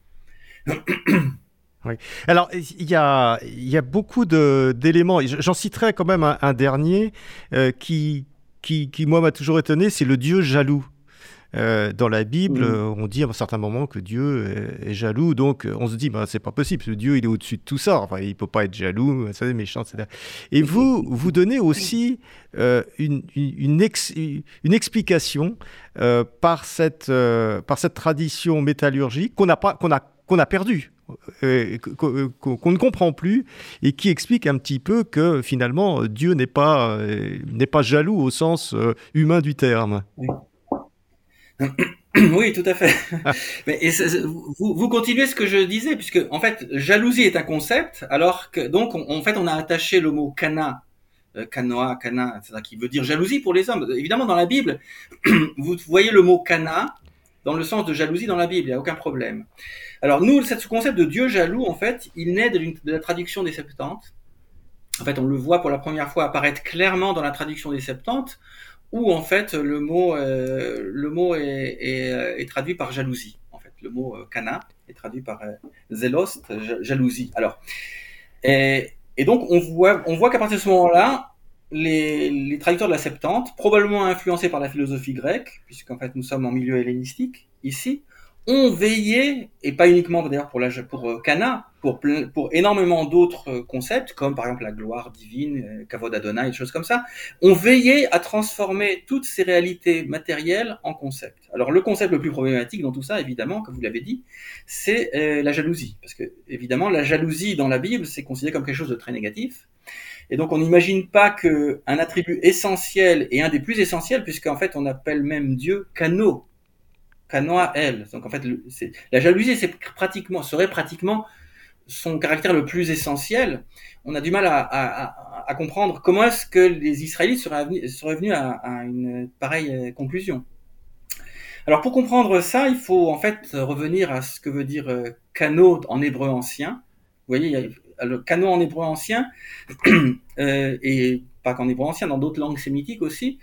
Speaker 1: Oui. Alors, il y a beaucoup d'éléments. J'en citerai quand même un dernier qui moi, m'a toujours étonné, c'est le Dieu jaloux. Dans la Bible, on dit à un certain moment que Dieu est jaloux, donc on se dit, bah, c'est pas possible, parce que Dieu, il est au-dessus de tout ça, enfin, il peut pas être jaloux, c'est méchant, etc. Et vous donnez aussi une explication par cette tradition métallurgique qu'on a perdue. Qu'on ne comprend plus et qui explique un petit peu que finalement Dieu n'est pas jaloux au sens humain du terme.
Speaker 2: Oui. Oui, tout à fait. Mais vous continuez ce que je disais, puisque en fait, jalousie est un concept, alors que donc en fait on a attaché le mot kana, kanoa, kana, c'est ça qui veut dire jalousie pour les hommes. Évidemment, dans la Bible, vous voyez le mot kana dans le sens de jalousie dans la Bible, il n'y a aucun problème. Alors nous, ce concept de Dieu jaloux, en fait, il naît de la traduction des Septante. En fait, on le voit pour la première fois apparaître clairement dans la traduction des Septante, où en fait le mot est traduit par jalousie. En fait, le mot kana est traduit par zélos, jalousie. Alors, et donc on voit qu'à partir de ce moment-là, les traducteurs de la Septante, probablement influencés par la philosophie grecque, puisqu'en fait nous sommes en milieu hellénistique ici, ont veillé, et pas uniquement d'ailleurs pour Cana, pour énormément d'autres concepts, comme par exemple la gloire divine, Kavod Adonai, des choses comme ça, ont veillé à transformer toutes ces réalités matérielles en concepts. Alors le concept le plus problématique dans tout ça, évidemment, comme vous l'avez dit, c'est la jalousie. Parce que, évidemment, la jalousie dans la Bible, c'est considéré comme quelque chose de très négatif. Et donc on n'imagine pas qu'un attribut essentiel, et un des plus essentiels, puisqu'en fait on appelle même Dieu Kano, Kanoa elle. Donc en fait, la jalousie serait pratiquement son caractère le plus essentiel. On a du mal à comprendre comment est-ce que les Israélites seraient venus à une pareille conclusion. Alors pour comprendre ça, il faut en fait revenir à ce que veut dire Kano en hébreu ancien. Vous voyez, il y a le Kano en hébreu ancien, et pas qu'en hébreu ancien, dans d'autres langues sémitiques aussi,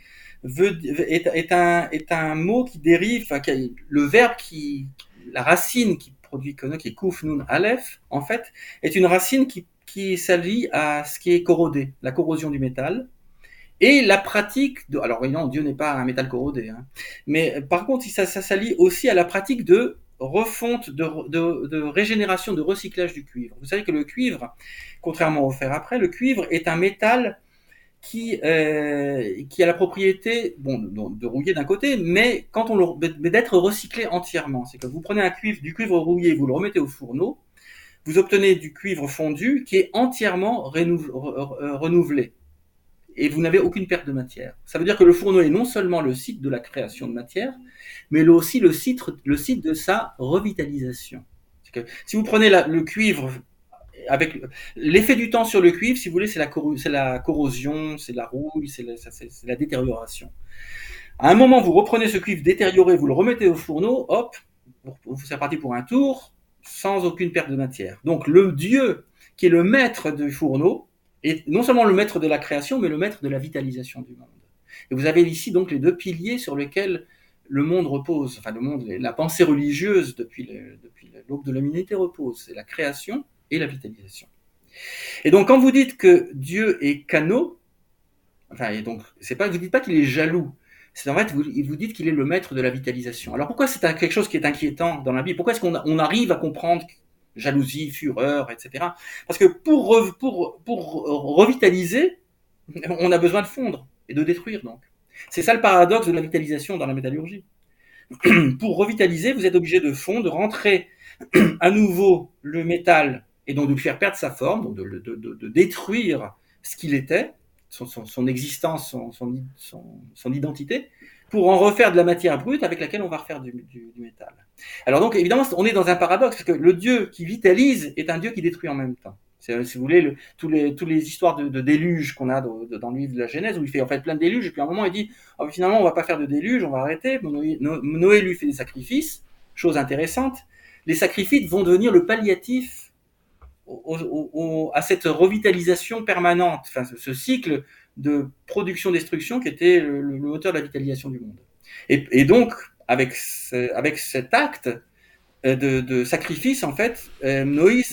Speaker 2: est un mot qui dérive, enfin, le verbe la racine qui produit Kono, qui est Kouf Nun Aleph, en fait, est une racine qui s'allie à ce qui est corrodé, la corrosion du métal, et la pratique de, alors non, Dieu n'est pas un métal corrodé, hein, mais par contre, ça s'allie aussi à la pratique de refonte, de régénération, de recyclage du cuivre. Vous savez que le cuivre, contrairement au fer après, le cuivre est un métal qui a la propriété de rouiller d'un côté, mais d'être recyclé entièrement. C'est que vous prenez du cuivre rouillé, vous le remettez au fourneau, vous obtenez du cuivre fondu qui est entièrement renouvelé. Et vous n'avez aucune perte de matière. Ça veut dire que le fourneau est non seulement le site de la création de matière, mais aussi le site de sa revitalisation. C'est que si vous prenez le cuivre, avec l'effet du temps sur le cuivre, si vous voulez, c'est la corrosion, c'est la rouille, c'est la détérioration. À un moment, vous reprenez ce cuivre détérioré, vous le remettez au fourneau, hop, c'est reparti pour un tour, sans aucune perte de matière. Donc le Dieu qui est le maître du fourneau est non seulement le maître de la création, mais le maître de la vitalisation du monde. Et vous avez ici donc les deux piliers sur lesquels le monde repose, enfin le monde, la pensée religieuse depuis l'aube de l'humanité repose, c'est la création et la vitalisation. Et donc quand vous dites que Dieu est Kano, enfin, et donc vous dites pas qu'il est jaloux, c'est en fait vous dites qu'il est le maître de la vitalisation. Alors pourquoi c'est quelque chose qui est inquiétant dans la Bible? Pourquoi est-ce qu'on arrive à comprendre jalousie, fureur, etc. Parce que pour revitaliser, on a besoin de fondre et de détruire donc. C'est ça le paradoxe de la vitalisation dans la métallurgie. Pour revitaliser, vous êtes obligé de fondre, de rentrer à nouveau le métal et donc de lui faire perdre sa forme, donc de détruire ce qu'il était, son existence, son identité, pour en refaire de la matière brute avec laquelle on va refaire du métal. Alors donc évidemment, on est dans un paradoxe, parce que le Dieu qui vitalise est un Dieu qui détruit en même temps. Si vous voulez, toutes les histoires de déluge qu'on a dans le livre de la Genèse, où il fait en fait plein de déluges, et puis à un moment il dit oh, finalement on va pas faire de déluge, on va arrêter. Noé lui fait des sacrifices, chose intéressante. Les sacrifices vont devenir le palliatif à cette revitalisation permanente, enfin ce cycle de production-destruction qui était le moteur de la vitalisation du monde. Et donc, avec cet acte de sacrifice, en fait, Noé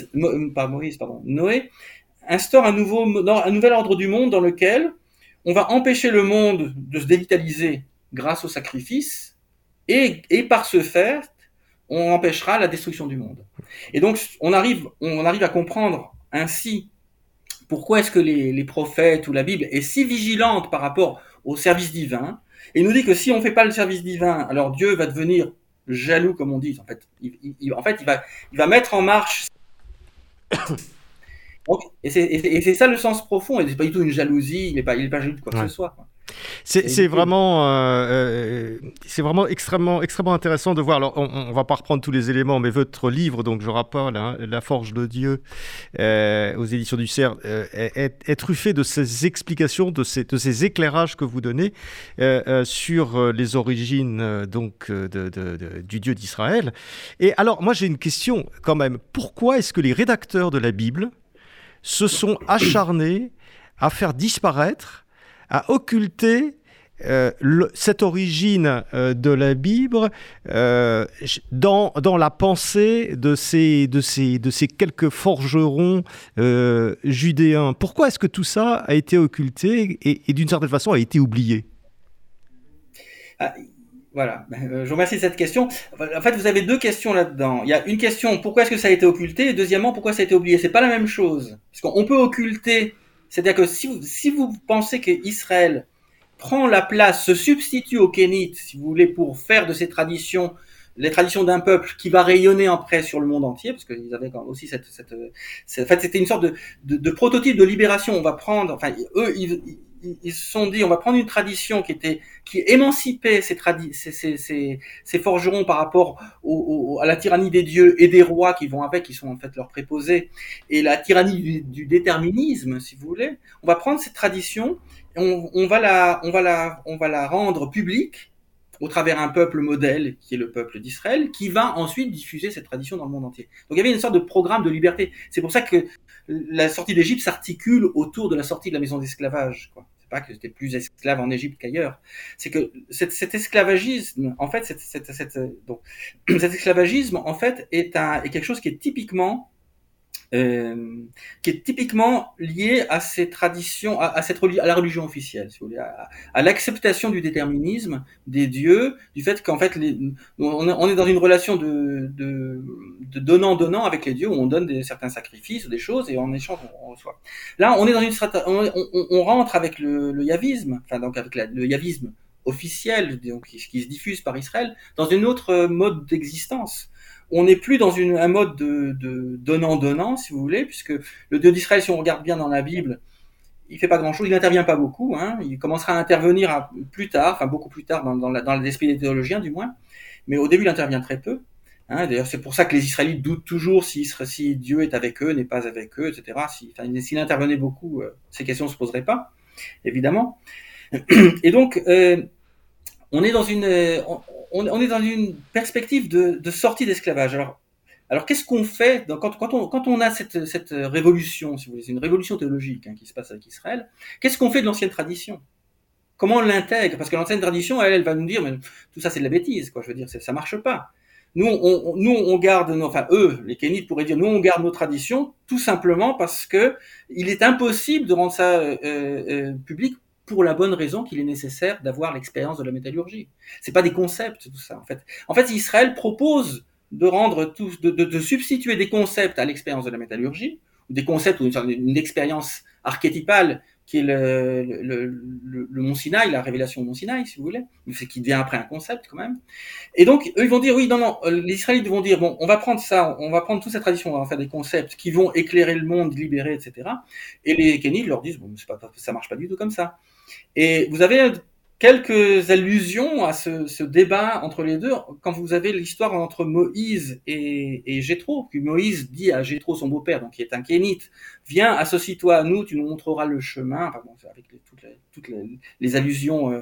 Speaker 2: instaure un nouvel ordre du monde dans lequel on va empêcher le monde de se dévitaliser grâce au sacrifice, et par ce fait, on empêchera la destruction du monde. Et donc, on arrive à comprendre ainsi pourquoi est-ce que les prophètes ou la Bible est si vigilante par rapport au service divin, et nous dit que si on ne fait pas le service divin, alors Dieu va devenir jaloux, comme on dit. En fait, il va mettre en marche. Donc, et c'est ça le sens profond, et c'est pas du tout une jalousie, il n'est pas jaloux de quoi que ce soit.
Speaker 1: C'est vraiment extrêmement intéressant de voir. Alors, on va pas reprendre tous les éléments, mais votre livre, donc je rappelle, hein, La Forge de Dieu, aux éditions du Cerf, est truffé de ces explications, de ces éclairages que vous donnez sur les origines du Dieu d'Israël. Et alors, moi, j'ai une question quand même. Pourquoi est-ce que les rédacteurs de la Bible se sont acharnés à faire disparaître, à occulter cette origine de la Bible dans la pensée de ces quelques forgerons judéens? Pourquoi est-ce que tout ça a été occulté et d'une certaine façon a été oublié?
Speaker 2: Voilà, je vous remercie de cette question. En fait, vous avez deux questions là-dedans. Il y a une question, pourquoi est-ce que ça a été occulté? Et deuxièmement, pourquoi ça a été oublié? C'est pas la même chose. Parce qu'on peut occulter, c'est-à-dire que si vous pensez qu'Israël prend la place, se substitue aux Kénites, si vous voulez, pour faire de ces traditions les traditions d'un peuple qui va rayonner après sur le monde entier, parce qu'ils avaient quand même aussi en fait, c'était une sorte de prototype de libération. On va prendre, enfin, eux, ils se sont dit, on va prendre une tradition qui émancipait ces forgerons par rapport à la tyrannie des dieux et des rois qui vont avec, qui sont en fait leurs préposés, et la tyrannie du déterminisme, si vous voulez. On va prendre cette tradition, et on va la rendre publique au travers un peuple modèle, qui est le peuple d'Israël, qui va ensuite diffuser cette tradition dans le monde entier. Donc il y avait une sorte de programme de liberté. C'est pour ça que la sortie d'Égypte s'articule autour de la sortie de la maison d'esclavage, quoi. C'est pas que c'était plus esclave en Égypte qu'ailleurs. C'est que cet esclavagisme, en fait, cet esclavagisme, en fait, est quelque chose qui est typiquement lié à ces traditions, à la religion officielle, si vous voulez, à l'acceptation du déterminisme des dieux, du fait qu'en fait, on est dans une relation de donnant-donnant avec les dieux, où on donne certains sacrifices, des choses, et en échange, on reçoit. Là, on est dans on rentre avec le yavisme, enfin, donc avec le yavisme officiel, donc, qui se diffuse par Israël, dans une autre mode d'existence. On n'est plus dans un mode de donnant-donnant, si vous voulez, puisque le Dieu d'Israël, si on regarde bien dans la Bible, il fait pas grand-chose, il n'intervient pas beaucoup, hein, il commencera à intervenir plus tard, enfin beaucoup plus tard dans l'esprit des théologiens du moins, mais au début il intervient très peu. Hein, d'ailleurs, c'est pour ça que les Israélites doutent toujours si Dieu est avec eux, n'est pas avec eux, etc. S'il intervenait beaucoup, ces questions ne se poseraient pas, évidemment. Et donc, on est dans une perspective de sortie d'esclavage. Alors qu'est-ce qu'on fait quand on a cette révolution, si vous voulez, c'est une révolution théologique qui se passe avec Israël. Qu'est-ce qu'on fait de l'ancienne tradition? Comment on l'intègre? Parce que l'ancienne tradition, elle va nous dire, mais tout ça c'est de la bêtise, quoi. Je veux dire, ça marche pas. Nous, on garde eux, les Kénites pourraient dire, nous on garde nos traditions, tout simplement parce que il est impossible de rendre ça public, pour la bonne raison qu'il est nécessaire d'avoir l'expérience de la métallurgie. C'est pas des concepts, tout ça, en fait. En fait, Israël propose de substituer des concepts à l'expérience de la métallurgie, ou des concepts ou une expérience archétypale qui est le Mont Sinaï, la révélation au Mont Sinaï, si vous voulez, mais qui devient après un concept quand même. Et donc, eux, ils vont dire, oui, non, les Israélites vont dire, bon, on va prendre ça, on va prendre toute cette tradition, on va en faire des concepts qui vont éclairer le monde, libérer, etc. Et les Kénites leur disent, bon, ça marche pas du tout comme ça. Et vous avez quelques allusions à ce débat entre les deux quand vous avez l'histoire entre Moïse et Jéthro. Puis Moïse dit à Jéthro, son beau-père, donc qui est un Kénite, viens, associe-toi à nous, tu nous montreras le chemin. Enfin bon, avec toutes les allusions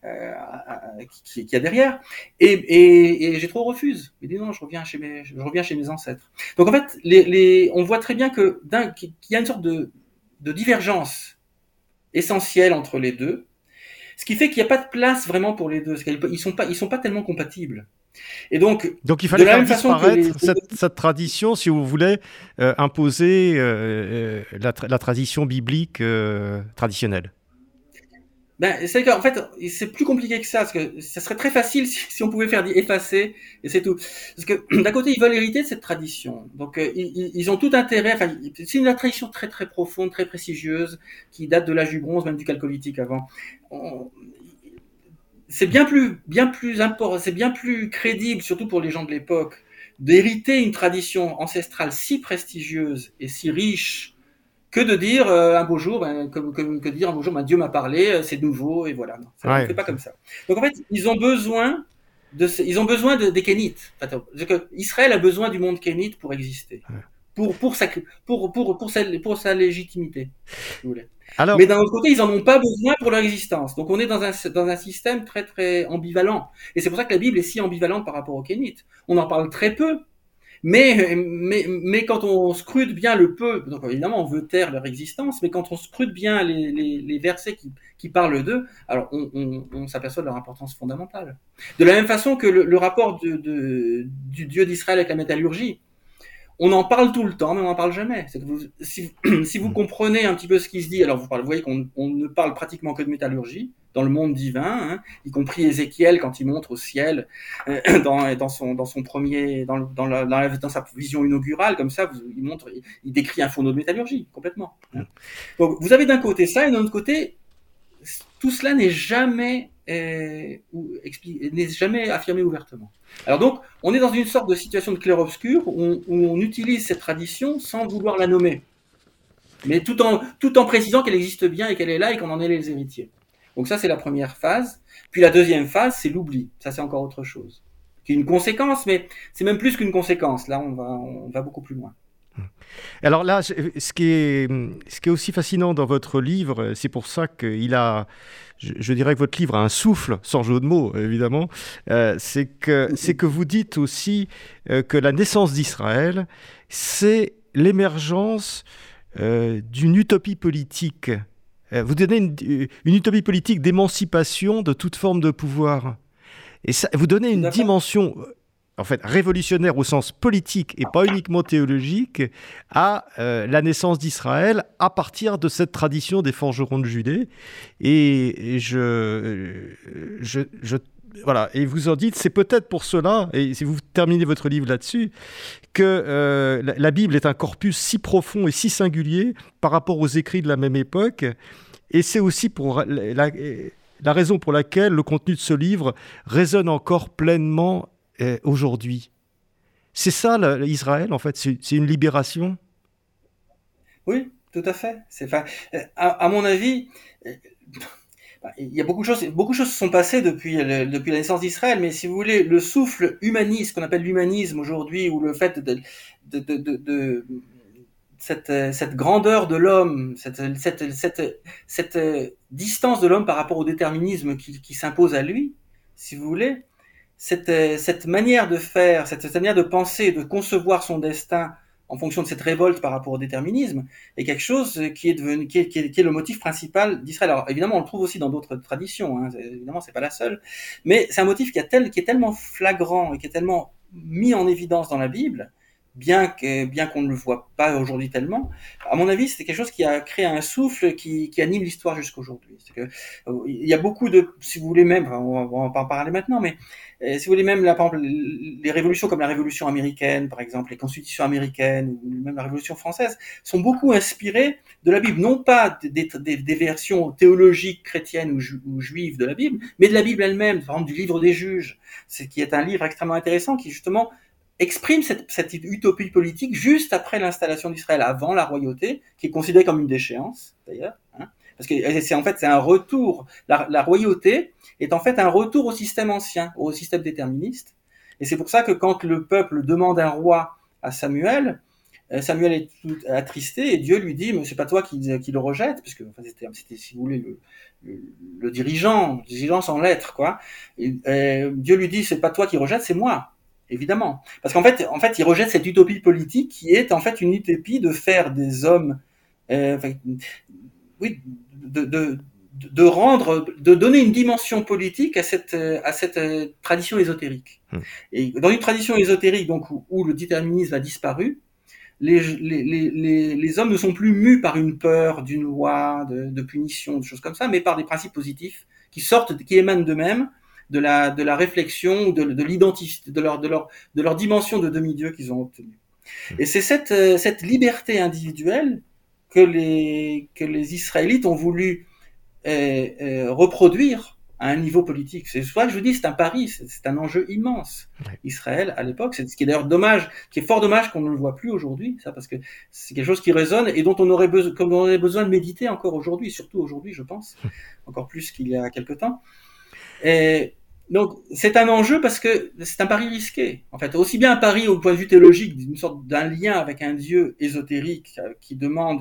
Speaker 2: qu'il y a derrière. Et Jéthro refuse. Il dit non, je reviens chez mes ancêtres. Donc en fait, on voit très bien qu'il y a une sorte de divergence essentielle entre les deux, ce qui fait qu'il n'y a pas de place vraiment pour les deux, parce qu'ils sont pas tellement compatibles. Et donc
Speaker 1: il fallait faire disparaître cette tradition, si vous voulez, imposer la tradition biblique traditionnelle.
Speaker 2: Ben, c'est qu'en fait, c'est plus compliqué que ça, parce que ça serait très facile si on pouvait faire effacer, et c'est tout. Parce que d'un côté, ils veulent hériter de cette tradition. Donc, ils ont tout intérêt, enfin, c'est une tradition très très profonde, très prestigieuse, qui date de l'âge du bronze, même du chalcolithique avant. On- c'est c'est bien plus crédible, surtout pour les gens de l'époque, d'hériter une tradition ancestrale si prestigieuse et si riche que de dire un beau jour, que dire un beau jour, Dieu m'a parlé, c'est nouveau et voilà. Non, ça, on ne
Speaker 1: Ouais,
Speaker 2: fait pas comme ça. Donc en fait, ils ont besoin des Kénites. Israël a besoin du monde kénite pour exister, pour sa légitimité, si vous voulez. Mais
Speaker 1: alors,
Speaker 2: d'un autre côté, ils en ont pas besoin pour leur existence. Donc on est dans un système très très ambivalent. Et c'est pour ça que la Bible est si ambivalente par rapport aux Kénites. On en parle très peu, mais quand on scrute bien le peu, donc évidemment on veut taire leur existence, mais quand on scrute bien les versets qui parlent d'eux, alors on s'aperçoit de leur importance fondamentale. De la même façon que le rapport du Dieu d'Israël avec la métallurgie, on en parle tout le temps, mais on n'en parle jamais. C'est que si vous comprenez un petit peu ce qui se dit, alors vous voyez qu'on ne parle pratiquement que de métallurgie dans le monde divin, hein, y compris Ézéchiel quand il montre au ciel dans son premier, dans sa vision inaugurale, comme ça, il décrit un fourneau de métallurgie complètement. Hein. Donc vous avez d'un côté ça, et d'un autre côté, tout cela n'est jamais affirmé ouvertement. Alors donc, on est dans une sorte de situation de clair-obscur où on utilise cette tradition sans vouloir la nommer, mais tout en précisant qu'elle existe bien et qu'elle est là et qu'on en est les héritiers. Donc ça, c'est la première phase. Puis la deuxième phase, c'est l'oubli. Ça, c'est encore autre chose. Qui est une conséquence, mais c'est même plus qu'une conséquence. Là, on va beaucoup plus loin.
Speaker 1: alors là, ce qui est aussi fascinant dans votre livre, c'est pour ça qu'il a, je dirais que votre livre a un souffle, sans jeu de mots évidemment, c'est que vous dites aussi que la naissance d'Israël, c'est l'émergence d'une utopie politique. Vous donnez une utopie politique d'émancipation de toute forme de pouvoir. Et ça, vous donnez
Speaker 2: Tout
Speaker 1: une
Speaker 2: à fait.
Speaker 1: dimension en fait révolutionnaire au sens politique et pas uniquement théologique à la naissance d'Israël à partir de cette tradition des forgerons de Judée. Et voilà, et vous en dites, c'est peut-être pour cela, et si vous terminez votre livre là-dessus, que la Bible est un corpus si profond et si singulier par rapport aux écrits de la même époque, et c'est aussi pour la raison pour laquelle le contenu de ce livre résonne encore pleinement aujourd'hui. C'est ça, Israël, en fait, c'est une libération.
Speaker 2: Oui, tout à fait. À mon avis, euh, il y a beaucoup de choses se sont passées depuis la naissance d'Israël, mais si vous voulez, le souffle humaniste, qu'on appelle l'humanisme aujourd'hui, ou le fait de cette grandeur de l'homme, cette distance de l'homme par rapport au déterminisme qui s'impose à lui, si vous voulez, cette manière de faire, cette manière de penser, de concevoir son destin en fonction de cette révolte par rapport au déterminisme, est quelque chose qui est devenu, qui est le motif principal d'Israël. Alors évidemment, on le trouve aussi dans d'autres traditions. Hein, évidemment, c'est pas la seule, mais c'est un motif qui est tellement flagrant et qui est tellement mis en évidence dans la Bible, bien qu'on ne le voit pas aujourd'hui tellement. À mon avis, c'est quelque chose qui a créé un souffle qui anime l'histoire jusqu'à aujourd'hui. Il y a beaucoup de, si vous voulez même, on va pas en parler maintenant, mais si vous voulez même, là, par exemple, les révolutions comme la Révolution américaine, par exemple, les constitutions américaines, ou même la Révolution française, sont beaucoup inspirées de la Bible. Non pas des versions théologiques chrétiennes ou juives de la Bible, mais de la Bible elle-même, par exemple du livre des juges, qui est un livre extrêmement intéressant qui justement exprime cette utopie politique juste après l'installation d'Israël, avant la royauté, qui est considérée comme une déchéance, d'ailleurs. Hein, parce que c'est un retour. La royauté est en fait un retour au système ancien, au système déterministe. Et c'est pour ça que quand le peuple demande un roi à Samuel, Samuel est tout attristé et Dieu lui dit, mais c'est pas toi qui le rejette, parce que enfin, c'était, si vous voulez, le dirigeant sans lettres, quoi. Dieu lui dit, c'est pas toi qui rejette, c'est moi. Évidemment. Parce en fait, il rejette cette utopie politique qui est en fait une utopie de faire des hommes, enfin, oui, de donner une dimension politique à cette tradition ésotérique. Et dans une tradition ésotérique donc où le déterminisme a disparu, les hommes ne sont plus mus par une peur d'une loi, de punition, de choses comme ça, mais par des principes positifs qui émanent d'eux-mêmes, de la réflexion, de l'identité, de leur dimension de demi-dieu qu'ils ont obtenue. Et c'est cette liberté individuelle que les Israélites ont voulu reproduire à un niveau politique. C'est soit je vous dis, c'est un pari, c'est un enjeu immense. Ouais. Israël à l'époque, c'est ce qui est d'ailleurs dommage, qui est fort dommage qu'on ne le voit plus aujourd'hui, ça, parce que c'est quelque chose qui résonne et dont on aurait besoin de méditer encore aujourd'hui, surtout aujourd'hui, je pense, encore plus qu'il y a quelque temps. Et donc c'est un enjeu parce que c'est un pari risqué. En fait, aussi bien un pari au point de vue théologique, d'une sorte d'un lien avec un Dieu ésotérique qui demande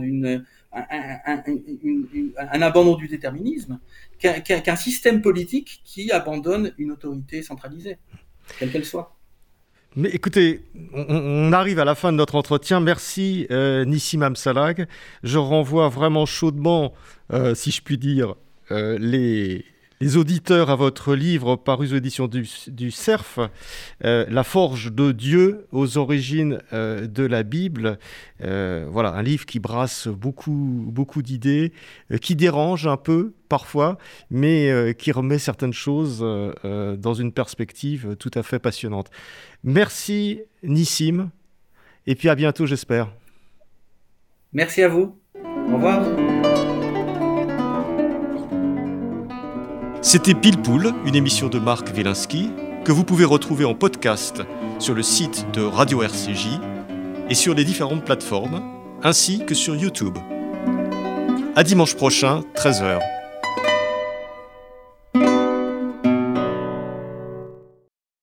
Speaker 2: un abandon du déterminisme, qu'un système politique qui abandonne une autorité centralisée, quelle qu'elle soit.
Speaker 1: Mais écoutez, on arrive à la fin de notre entretien. Merci Nissim Amsalag. Je renvoie vraiment chaudement, si je puis dire, les auditeurs à votre livre paru aux éditions du Cerf, La forge de Dieu aux origines de la Bible. Voilà, un livre qui brasse beaucoup d'idées, qui dérange un peu parfois, mais qui remet certaines choses dans une perspective tout à fait passionnante. Merci Nissim, et puis à bientôt, j'espère.
Speaker 2: Merci à vous. Au revoir.
Speaker 1: C'était Pile Poule, une émission de Marc Wielinski, que vous pouvez retrouver en podcast sur le site de Radio RCJ et sur les différentes plateformes, ainsi que sur YouTube. À dimanche prochain, 13h.